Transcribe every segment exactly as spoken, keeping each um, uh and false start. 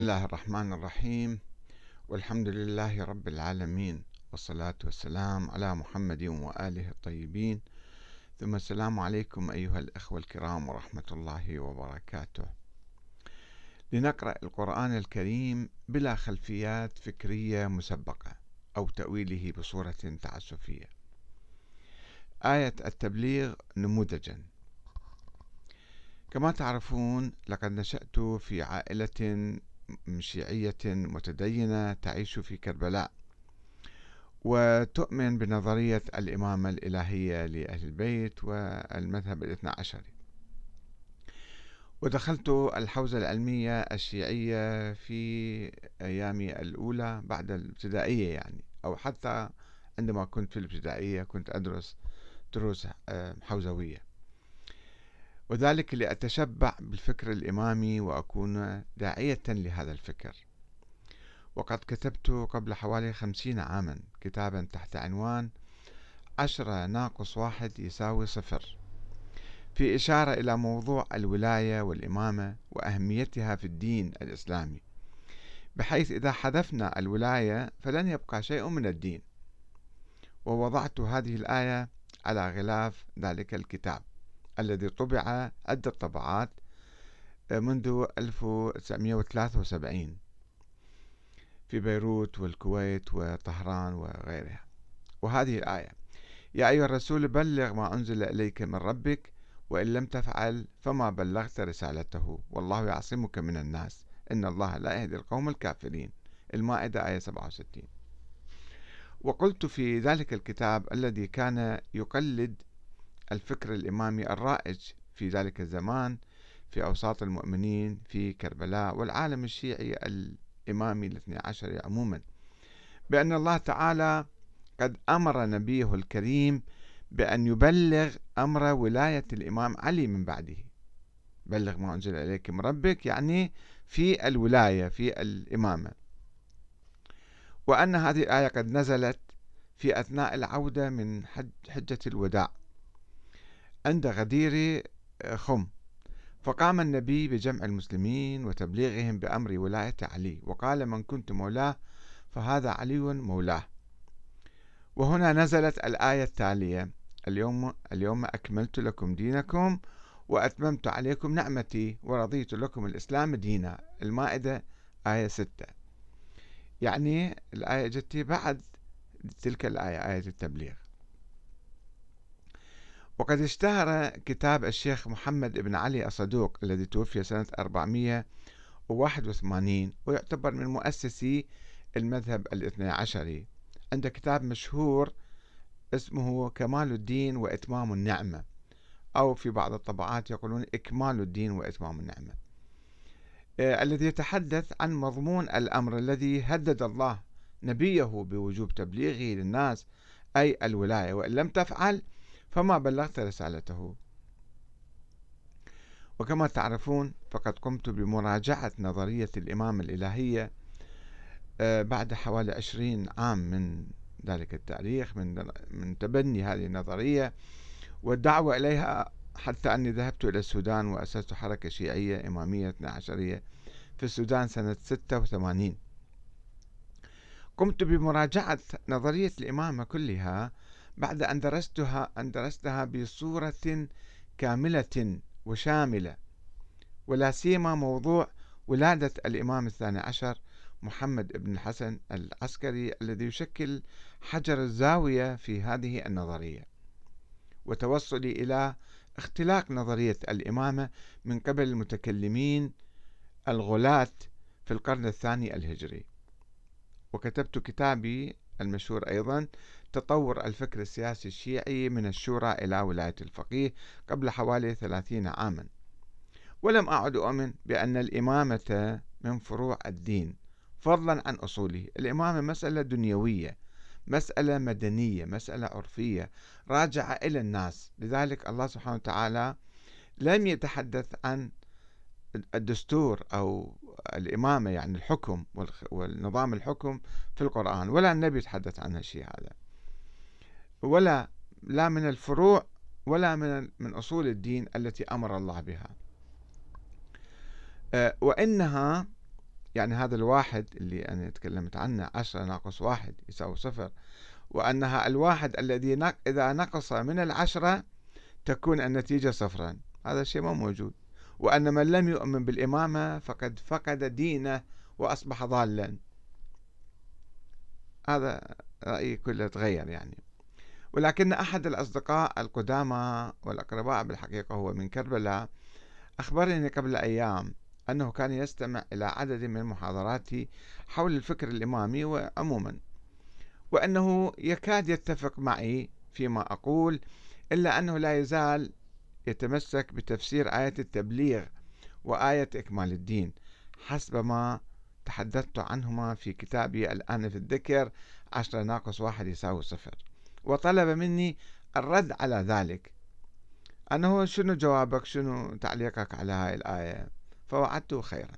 الله الرحمن الرحيم، والحمد لله رب العالمين، والصلاة والسلام على محمد وآله الطيبين، ثم السلام عليكم أيها الأخوة الكرام ورحمة الله وبركاته. لنقرأ القرآن الكريم بلا خلفيات فكرية مسبقة أو تأويله بصورة تعسفية. آية التبليغ نموذجا. كما تعرفون، لقد نشأت في عائلة شيعية متدينة تعيش في كربلاء، وتؤمن بنظرية الإمامة الإلهية لأهل البيت والمذهب الاثنى عشري. ودخلت الحوزة العلمية الشيعية في أيامي الأولى بعد الابتدائية، يعني أو حتى عندما كنت في الابتدائية كنت أدرس دروس حوزوية، وذلك لأتشبع بالفكر الإمامي وأكون داعية لهذا الفكر. وقد كتبت قبل حوالي خمسين عاما كتابا تحت عنوان عشرة ناقص واحد يساوي صفر، في إشارة إلى موضوع الولاية والإمامة وأهميتها في الدين الإسلامي، بحيث إذا حذفنا الولاية فلن يبقى شيء من الدين. ووضعت هذه الآية على غلاف ذلك الكتاب الذي طبع عدة طبعات منذ ألف وتسعمئة وثلاثة وسبعين في بيروت والكويت وطهران وغيرها. وهذه الآية: يا أيها الرسول بلغ ما أنزل إليك من ربك وإن لم تفعل فما بلغت رسالته والله يعصمك من الناس إن الله لا يهدي القوم الكافرين. المائدة آية سبعة وستين. وقلت في ذلك الكتاب الذي كان يقلد الفكر الإمامي الرائج في ذلك الزمان في أوساط المؤمنين في كربلاء والعالم الشيعي الإمامي الاثني عشر عموما، بأن الله تعالى قد أمر نبيه الكريم بأن يبلغ أمر ولاية الإمام علي من بعده. بلغ ما أنزل إليك من ربك يعني في الولاية في الإمامة، وأن هذه الآية قد نزلت في أثناء العودة من حجة الوداع عند غدير خم، فقام النبي بجمع المسلمين وتبليغهم بأمر ولاية علي، وقال: من كنت مولاه فهذا علي مولاه. وهنا نزلت الآية التالية: اليوم اليوم أكملت لكم دينكم وأتممت عليكم نعمتي ورضيت لكم الإسلام دينا. المائدة آية ستة. يعني الآية جت بعد تلك الآية، آية التبليغ. وقد اشتهر كتاب الشيخ محمد بن علي الصدوق الذي توفي سنة أربعمئة وواحد وثمانين ويعتبر من مؤسسي المذهب الاثني عشري، عنده كتاب مشهور اسمه كمال الدين وإتمام النعمة، أو في بعض الطبعات يقولون إكمال الدين وإتمام النعمة، آه الذي يتحدث عن مضمون الأمر الذي هدد الله نبيه بوجوب تبليغه للناس، أي الولاية، وإن لم تفعل فما بلغت رسالته. وكما تعرفون فقد قمت بمراجعة نظرية الإمامة الإلهية آه بعد حوالي عشرين عام من ذلك التاريخ، من من تبني هذه النظرية والدعوة إليها، حتى أني ذهبت إلى السودان وأسست حركة شيعية إمامية اثني عشرية في السودان سنة ستة وثمانين. قمت بمراجعة نظرية الإمامة كلها بعد أن درستها أن درستها بصورة كاملة وشاملة، ولا سيما موضوع ولادة الإمام الثاني عشر محمد بن الحسن العسكري الذي يشكل حجر الزاوية في هذه النظرية، وتوصلي إلى اختلاق نظرية الإمامة من قبل المتكلمين الغلاة في القرن الثاني الهجري. وكتبت كتابي المشهور أيضا تطور الفكر السياسي الشيعي من الشورى إلى ولاية الفقيه قبل حوالي ثلاثين عاما. ولم أعد أؤمن بأن الإمامة من فروع الدين فضلا عن أصوله. الإمامة مسألة دنيوية، مسألة مدنية، مسألة عرفية راجعة إلى الناس. لذلك الله سبحانه وتعالى لم يتحدث عن الدستور أو الإمامة، يعني الحكم والنظام الحكم في القرآن، ولا النبي يتحدث عن هالشيء هذا، ولا لا من الفروع ولا من من أصول الدين التي أمر الله بها. وإنها يعني هذا الواحد اللي أنا تكلمت عنه، عشرة ناقص واحد يساوي صفر، وأنها الواحد الذي نق... إذا نقص من العشرة تكون النتيجة صفرا. هذا الشيء ما موجود. وأن من لم يؤمن بالإمامة فقد فقد دينه وأصبح ضالا. هذا رأيي كله تغير يعني. ولكن أحد الأصدقاء القدامى والأقرباء بالحقيقة هو من كربلاء، أخبرني قبل أيام أنه كان يستمع إلى عدد من محاضراتي حول الفكر الإمامي وعموما، وأنه يكاد يتفق معي فيما أقول، إلا أنه لا يزال يتمسك بتفسير آية التبليغ وآية إكمال الدين حسب ما تحدثت عنهما في كتابي الآن في الذكر، عشرة ناقص واحد يساوي صفر. وطلب مني الرد على ذلك، أنه شنو جوابك، شنو تعليقك على هاي الآية، فوعدته خيرا.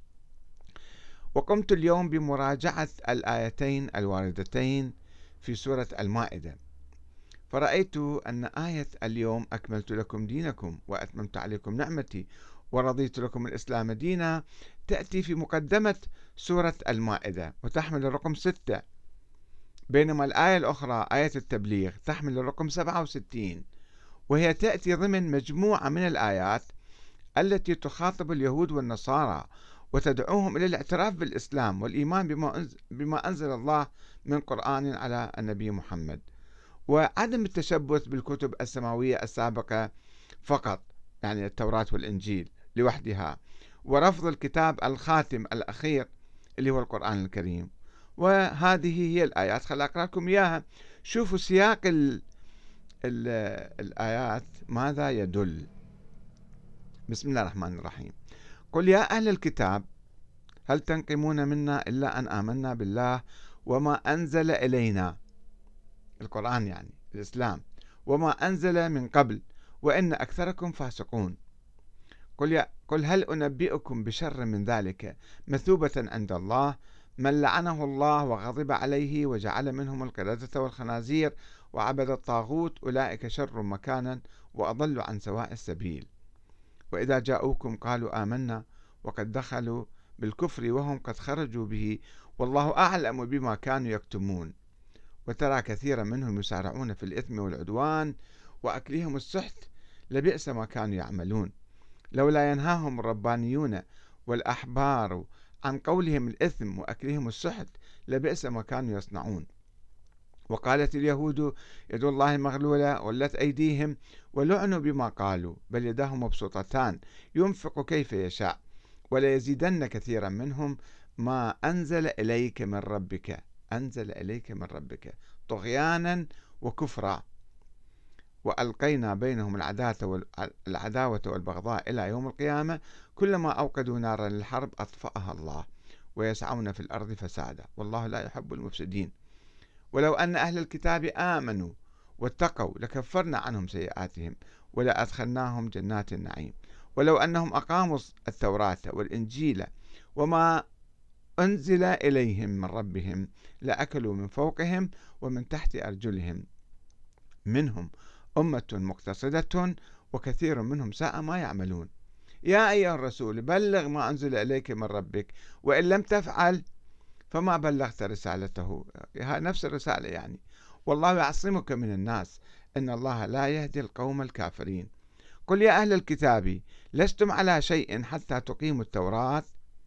وقمت اليوم بمراجعة الآيتين الواردتين في سورة المائدة، فرأيت أن آية اليوم أكملت لكم دينكم وأتممت عليكم نعمتي ورضيت لكم الإسلام دينا تأتي في مقدمة سورة المائدة وتحمل الرقم ستة، بينما الآية الأخرى آية التبليغ تحمل الرقم سبعة وستين، وهي تأتي ضمن مجموعة من الآيات التي تخاطب اليهود والنصارى وتدعوهم إلى الاعتراف بالإسلام والإيمان بما بما أنزل الله من قرآن على النبي محمد، وعدم التشبث بالكتب السماوية السابقة فقط، يعني التوراة والإنجيل لوحدها، ورفض الكتاب الخاتم الأخير اللي هو القرآن الكريم. وهذه هي الآيات، خل أقرأ لكم إياها. شوفوا سياق ال ال الآيات ماذا يدل. بسم الله الرحمن الرحيم. قل يا أهل الكتاب هل تنقمون منا إلا أن آمنا بالله وما أنزل إلينا، القرآن يعني الإسلام، وما أنزل من قبل وإن أكثركم فاسقون. قل, يا قل هل أنبئكم بشر من ذلك مثوبة عند الله من لعنه الله وغضب عليه وجعل منهم القردة والخنازير وعبد الطاغوت أولئك شر مكانا وأضل عن سواء السبيل. وإذا جاءوكم قالوا آمنا وقد دخلوا بالكفر وهم قد خرجوا به والله أعلم بما كانوا يكتمون. وترى كثيرا منهم يسارعون في الإثم والعدوان وأكلهم السحت لبئس ما كانوا يعملون لولا ينهاهم الربانيون والأحبار عن قولهم الإثم وأكلهم السحت لبئس ما كانوا يصنعون. وقالت اليهود يد الله مغلولة غلت أيديهم ولعنوا بما قالوا بل يداه مبسوطتان ينفق كيف يشاء ولا يزيدن كثيرا منهم ما أنزل إليك من ربك أنزل إليك من ربك طغيانا وكفرا وألقينا بينهم العداوة والبغضاء إلى يوم القيامة كلما أوقدوا نارا للحرب أطفأها الله ويسعون في الأرض فسادا والله لا يحب المفسدين. ولو أن أهل الكتاب آمنوا واتقوا لكفرنا عنهم سيئاتهم ولأدخلناهم جنات النعيم. ولو أنهم أقاموا التوراة والإنجيل وما أنزل إليهم من ربهم لأكلوا من فوقهم ومن تحت أرجلهم منهم أمة مقتصدة وكثير منهم ساء ما يعملون. يا أيها الرسول بلغ ما أنزل إليك من ربك وإن لم تفعل فما بلغت رسالته، نفس الرسالة يعني. والله يعصمك من الناس إن الله لا يهدي القوم الكافرين. قل يا أهل الكتاب لستم على شيء حتى تقيموا التوراة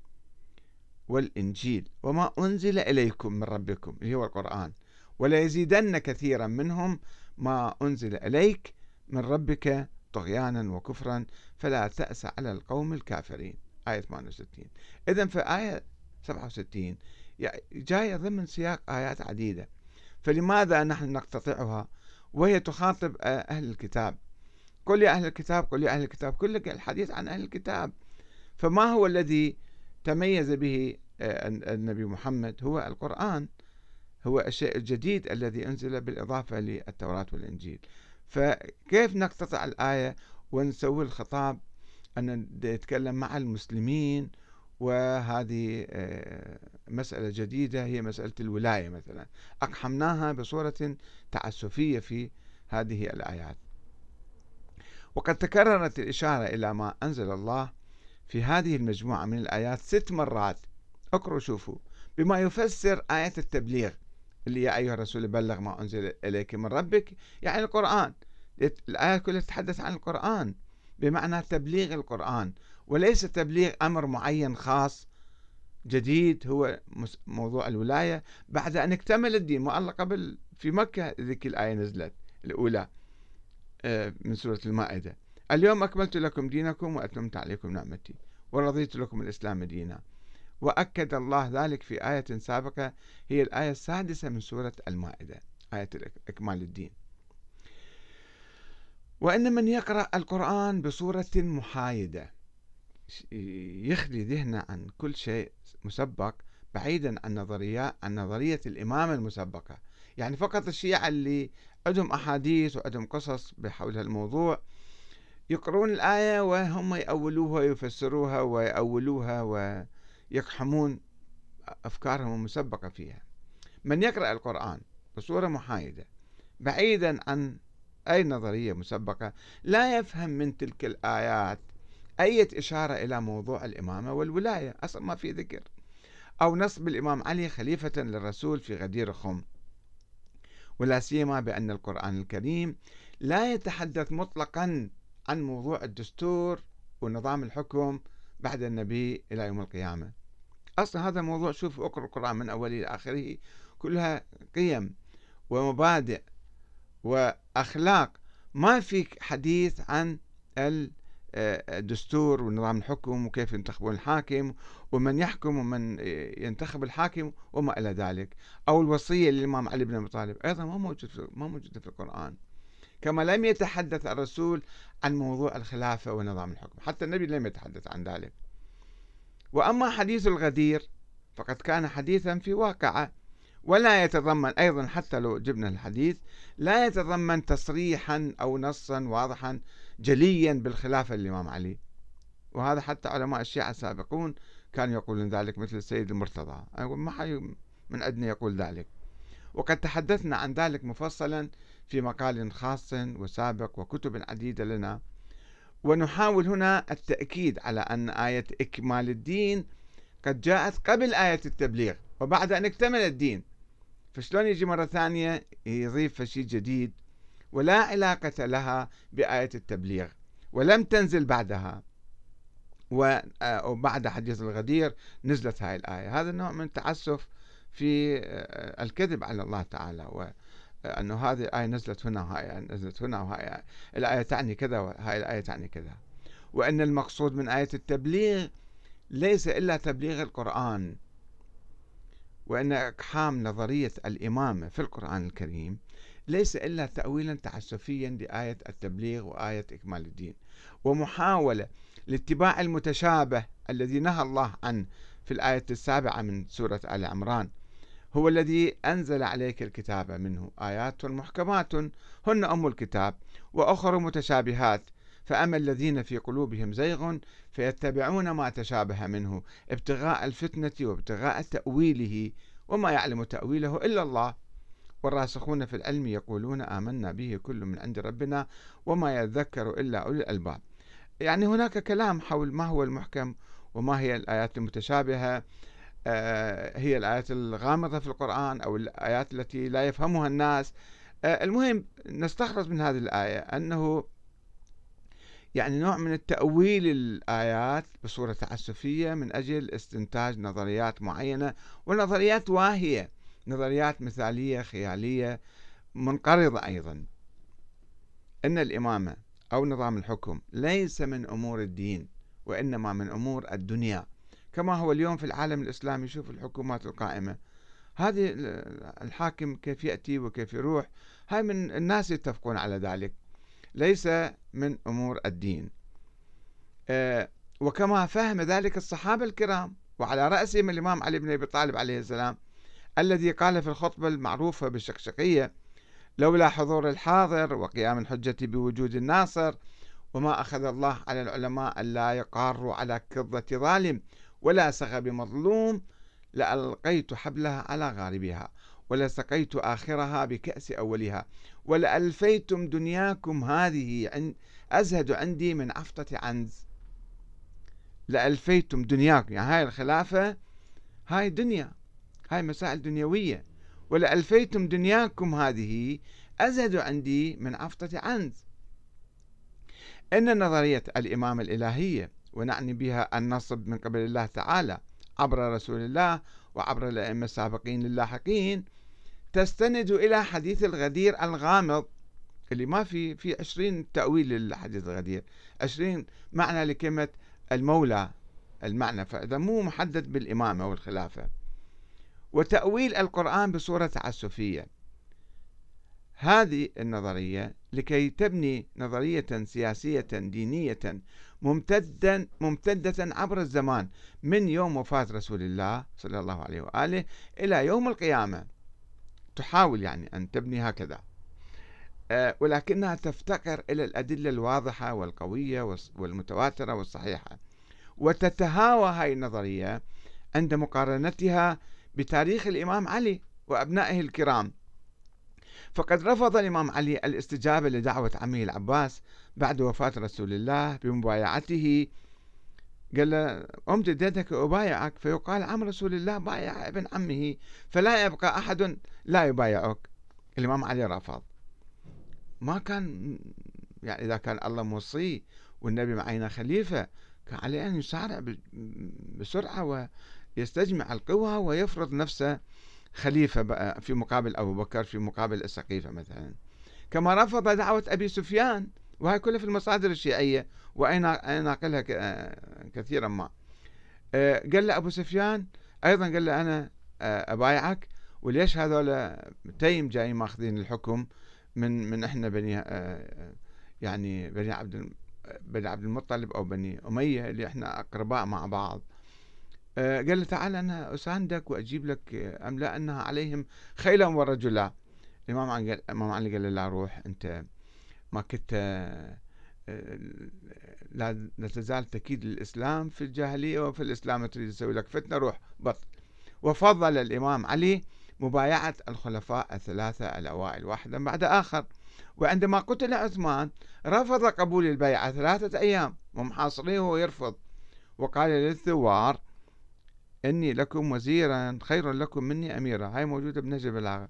والإنجيل وما أنزل إليكم من ربكم اللي هو القرآن ولا يزيدن كثيرا منهم ما أنزل إليك من ربك طغيانا وكفرا فلا تأس على القوم الكافرين. آية ثمانية وستين. إذن في آية سبعة وستين جاية ضمن سياق آيات عديدة، فلماذا نحن نقتطعها وهي تخاطب أهل الكتاب؟ قل يا أهل الكتاب قل يا أهل الكتاب، كل الحديث عن أهل الكتاب. فما هو الذي تميز به النبي محمد؟ هو القرآن، هو الشيء الجديد الذي أنزل بالإضافة للتوراة والإنجيل. فكيف نقتطع الآية ونسوي الخطاب أن نتكلم مع المسلمين؟ وهذه مسألة جديدة هي مسألة الولاية مثلا، أقحمناها بصورة تعسفية في هذه الآيات. وقد تكررت الإشارة إلى ما أنزل الله في هذه المجموعة من الآيات ست مرات اقروا شوفوا، بما يفسر آية التبليغ اللي يا أيها الرسول بلغ ما أنزل إليك من ربك، يعني القرآن. الآية كلها تتحدث عن القرآن بمعنى تبليغ القرآن، وليس تبليغ أمر معين خاص جديد هو موضوع الولاية بعد أن اكتمل الدين. ما الله قبل في مكة ذيك الآية نزلت الأولى من سورة المائدة: اليوم أكملت لكم دينكم وأتممت عليكم نعمتي ورضيت لكم الإسلام دينا. وأكد الله ذلك في آية سابقة هي الآية السادسة من سورة المائدة، آية إكمال الدين. وإن من يقرأ القرآن بصورة محايدة يخلي ذهنه عن كل شيء مسبق، بعيدا عن نظريات عن نظرية الإمامة المسبقة، يعني فقط الشيعة اللي عندهم أحاديث وعندهم قصص بحول الموضوع يقرؤون الآية وهم يأولوها ويفسروها ويأولوها ويقحمون أفكارهم المسبقة فيها. من يقرأ القرآن بصورة محايدة بعيدا عن أي نظرية مسبقة لا يفهم من تلك الآيات أي إشارة إلى موضوع الإمامة والولاية، أصلا ما في ذكر، أو نصب الإمام علي خليفة للرسول في غدير خم، ولا سيما بأن القرآن الكريم لا يتحدث مطلقا عن موضوع الدستور ونظام الحكم بعد النبي إلى يوم القيامة. أصلا هذا الموضوع، شوف اقرأ القرآن من أوله إلى آخره كلها قيم ومبادئ وأخلاق، ما فيك حديث عن الدستور ونظام الحكم وكيف ينتخبون الحاكم ومن يحكم ومن ينتخب الحاكم وما إلى ذلك، أو الوصية للإمام علي بن أبي طالب أيضا ما موجودة ما موجودة في القرآن. كما لم يتحدث الرسول عن موضوع الخلافة ونظام الحكم، حتى النبي لم يتحدث عن ذلك. وأما حديث الغدير فقد كان حديثا في واقعة، ولا يتضمن أيضا حتى لو جبنا الحديث لا يتضمن تصريحا أو نصا واضحا جليا بالخلافة للإمام علي، وهذا حتى علماء الشيعة السابقون كانوا يقولون ذلك مثل السيد المرتضى، ما حي من أدنى يقول ذلك. وقد تحدثنا عن ذلك مفصلا في مقال خاص وسابق وكتب عديدة لنا، ونحاول هنا التأكيد على أن آية إكمال الدين قد جاءت قبل آية التبليغ وبعد أن اكتمل الدين، فشلون يجي مرة ثانية يضيف شيء جديد ولا علاقة لها بآية التبليغ ولم تنزل بعدها، وبعد حديث الغدير نزلت هاي الآية. هذا نوع من التعسف في الكذب على الله تعالى، وأنه هذه الآية نزلت هنا وهاي نزلت هنا وهاي الآية تعني كذا وهاي الآية تعني كذا، وأن المقصود من آية التبليغ ليس إلا تبليغ القرآن، وأن إقحام نظرية الإمامة في القرآن الكريم ليس إلا تأويلا تعسفيا لآية التبليغ وآية إكمال الدين، ومحاولة لاتباع المتشابه الذي نهى الله عنه في الآية السابعة من سورة آل عمران: هو الذي أنزل عليك الكتاب منه آيات محكمات هن أم الكتاب وأخر متشابهات فأما الذين في قلوبهم زيغ فيتبعون ما تشابه منه ابتغاء الفتنة وابتغاء تأويله وما يعلم تأويله إلا الله والراسخون في العلم يقولون آمنا به كل من عند ربنا وما يذكر إلا أولي الألباب. يعني هناك كلام حول ما هو المحكم وما هي الآيات المتشابهة، هي الآيات الغامضة في القرآن أو الآيات التي لا يفهمها الناس. المهم نستخلص من هذه الآية أنه يعني نوع من التأويل الآيات بصورة تعسفية من أجل استنتاج نظريات معينة، ونظريات واهية، نظريات مثالية خيالية منقرضة أيضا. إن الإمامة أو نظام الحكم ليس من أمور الدين وإنما من أمور الدنيا، كما هو اليوم في العالم الإسلامي. شوف الحكومات القائمة، هذه الحاكم كيف يأتي وكيف يروح، هاي من الناس يتفقون على ذلك، ليس من أمور الدين. أه وكما فهم ذلك الصحابة الكرام، وعلى رأسهم الإمام علي بن أبي طالب عليه السلام الذي قال في الخطبة المعروفة بالشقشقية: لولا حضور الحاضر وقيام الحجة بوجود الناصر وما أخذ الله على العلماء ألا يقاروا على كظة ظالم ولا سغب مظلوم لألقيت حبلها على غاربها ولسقيت آخرها بكأس أولها ولألفيتم دنياكم هذه أزهد عندي من عفطة عنز. لألفيتم دنياكم، يعني هاي الخلافة هاي دنيا، هاي مسائل دنيوية. ولألفيتم دنياكم هذه أزهد عندي من عفطة عنز. إن نظرية الإمامة الإلهية، ونعني بها النصب من قبل الله تعالى عبر رسول الله وعبر الأئمة السابقين اللاحقين، تستند إلى حديث الغدير الغامض، اللي ما في في عشرين تأويل للحديث الغدير، عشرين معنى لكلمة المولى المعنى، فإذا مو محدد بالإمامة والخلافة. وتأويل القرآن بصورة تعسفية. هذه النظرية لكي تبني نظرية سياسية دينية ممتدة ممتدة عبر الزمان من يوم وفاة رسول الله صلى الله عليه وآله إلى يوم القيامة، تحاول يعني أن تبني هكذا، ولكنها تفتقر إلى الأدلة الواضحة والقوية والمتواترة والصحيحة، وتتهاوى هذه النظرية عند مقارنتها بتاريخ الإمام علي وأبنائه الكرام. فقد رفض الإمام علي الاستجابة لدعوة عمه العباس بعد وفاة رسول الله بمبايعته. قال له أمد يدك أبايعك، فيقال عم رسول الله بايع ابن عمه فلا يبقى أحد لا يبايعك. الإمام علي رفض، ما كان يعني إذا كان الله موصيه والنبي معينا خليفة كان عليه أن يسارع بسرعة ويستجمع القوى ويفرض نفسه خليفة بقى في مقابل أبو بكر، في مقابل السقيفة مثلا. كما رفض دعوة أبي سفيان، وهي كلها في المصادر الشيعية وأنا ناقلها كثيرا ما. قال له أبو سفيان أيضا، قال له أنا أبايعك، وليش هذول تيم جايين ماخذين الحكم من من إحنا بني يعني بني عبد بني عبد المطلب أو بني أمية اللي إحنا أقرباء مع بعض. قال له تعال أنا أساندك وأجيب لك أملا أنها عليهم خيلا ورجلا. الإمام علي الإمام علي قال له لا روح أنت، ما كنت لا تزال تكيد الإسلام في الجاهلية وفي الإسلام تريد تسوي لك فتنة، روح بطل. وفضل الإمام علي مبايعة الخلفاء الثلاثة الأوائل واحدا بعد آخر. وعندما قتل عثمان رفض قبول البيعة ثلاثة أيام ومحاصريه ويرفض، وقال للثوار إني لكم وزيرا خير لكم مني أميرا. هاي موجودة بنهج البلاغة.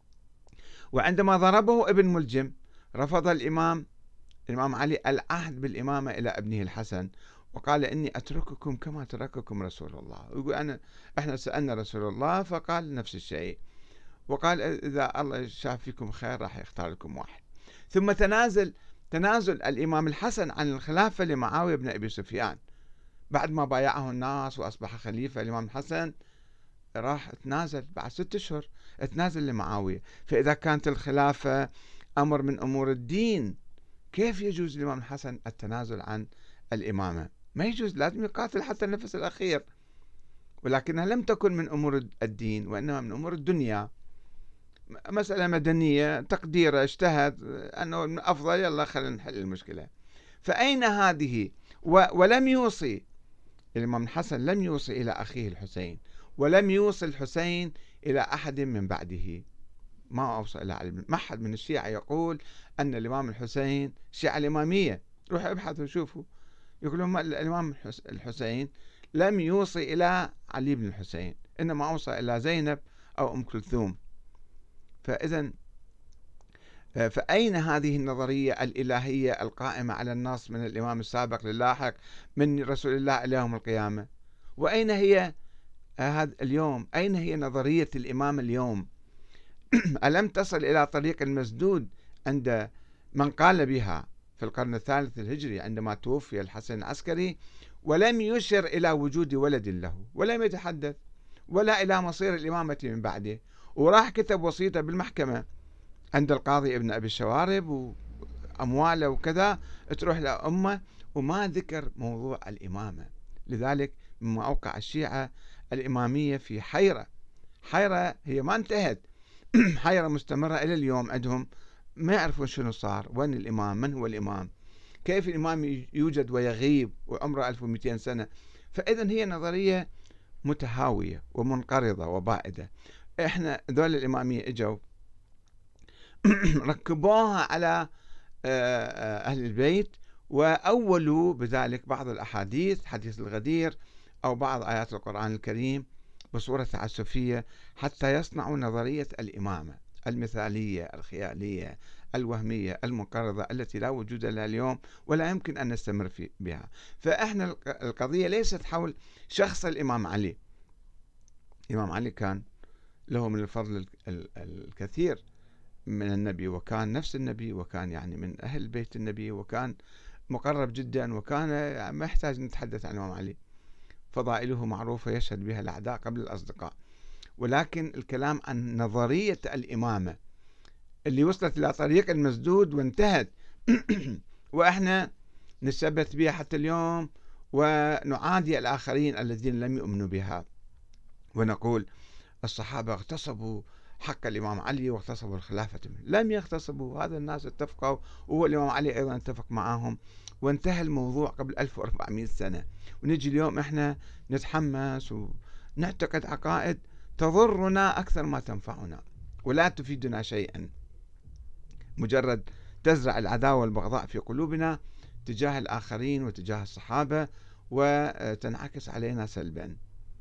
وعندما ضربه ابن ملجم رفض الإمام الإمام علي العهد بالإمامة إلى ابنه الحسن، وقال إني أترككم كما ترككم رسول الله. ويقول أنا إحنا سألنا رسول الله فقال نفس الشيء، وقال إذا الله شاف فيكم خير راح يختار لكم واحد. ثم تنازل تنازل الإمام الحسن عن الخلافة لمعاوية بن أبي سفيان بعد ما بايعه الناس وأصبح خليفة. الإمام الحسن راح تنازل بعد ست أشهر، تنازل لمعاوية. فإذا كانت الخلافة أمر من أمور الدين، كيف يجوز للإمام الحسن التنازل عن الإمامة؟ ما يجوز، لازم يقاتل حتى النفس الأخير. ولكنها لم تكن من أمور الدين وإنما من أمور الدنيا، مسألة مدنية تقديره اجتهد أنه من أفضل، يلا خلينا نحل المشكلة. فأين هذه؟ ولم يوصي الإمام الحسن لم يوصي إلى أخيه الحسين، ولم يوصي الحسين إلى أحد من بعده. ما أوصى إلى علي. ما أحد من الشيعة يقول أن الإمام الحسين الشيعة الإمامية، روحوا ابحثوا وشوفوا، يقولون الإمام الحسين لم يوصي إلى علي بن الحسين، إنما أوصى إلى زينب أو أم كلثوم. فإذا فأين هذه النظرية الإلهية القائمة على النص من الإمام السابق للاحق من رسول الله إلى يوم القيامة؟ وأين هي هذا اليوم؟ أين هي نظرية الإمام اليوم؟ ألم تصل إلى طريق المسدود عند من قال بها في القرن الثالث الهجري عندما توفي الحسن العسكري، ولم يشر إلى وجود ولد له، ولم يتحدث ولا إلى مصير الإمامة من بعده، وراح كتب وصيته بالمحكمة عند القاضي ابن أبي الشوارب وأمواله وكذا تروح لأمه، وما ذكر موضوع الإمامة. لذلك مما أوقع الشيعة الإمامية في حيرة، حيرة هي ما انتهت، حيرة مستمرة إلى اليوم عندهم، ما يعرفون شنو صار، وين الإمام، من هو الإمام، كيف الإمام يوجد ويغيب وعمره ألف ومئتين سنة. فإذن هي نظرية متهاوية ومنقرضة وبائدة. إحنا دول الإمامية إجوا ركبوها على أهل البيت، وأولوا بذلك بعض الأحاديث، حديث الغدير أو بعض آيات القرآن الكريم، بصورة تعسفية حتى يصنعوا نظرية الإمامة المثالية الخيالية الوهمية المنقرضة التي لا وجود لها اليوم ولا يمكن أن نستمر في بها. فإحنا القضية ليست حول شخص الإمام علي. الإمام علي كان له من الفضل الكثير من النبي، وكان نفس النبي، وكان يعني من أهل بيت النبي، وكان مقرب جدا، وكان ما يحتاج نتحدث عن الإمام علي، فضائله معروفة يشهد بها الأعداء قبل الأصدقاء. ولكن الكلام عن نظرية الإمامة اللي وصلت إلى طريق المسدود وانتهت وإحنا نثبت بها حتى اليوم، ونعادي الآخرين الذين لم يؤمنوا بها، ونقول الصحابة اغتصبوا حق الإمام علي واغتصبوا الخلافة. لم يغتصبوا، هذا الناس اتفقوا، وهو الإمام علي أيضا اتفق معهم، وانتهى الموضوع قبل ألف وأربعمئة سنة. ونجي اليوم إحنا نتحمس ونعتقد عقائد تضرنا أكثر ما تنفعنا ولا تفيدنا شيئا، مجرد تزرع العداوة والبغضاء في قلوبنا تجاه الآخرين وتجاه الصحابة، وتنعكس علينا سلبا.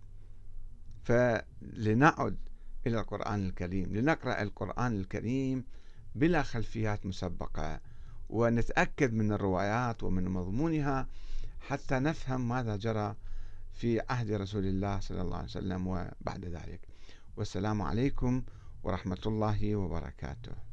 فلنعد إلى القرآن الكريم، لنقرأ القرآن الكريم بلا خلفيات مسبقة، ونتأكد من الروايات ومن مضمونها حتى نفهم ماذا جرى في عهد رسول الله صلى الله عليه وسلم وبعد ذلك. والسلام عليكم ورحمة الله وبركاته.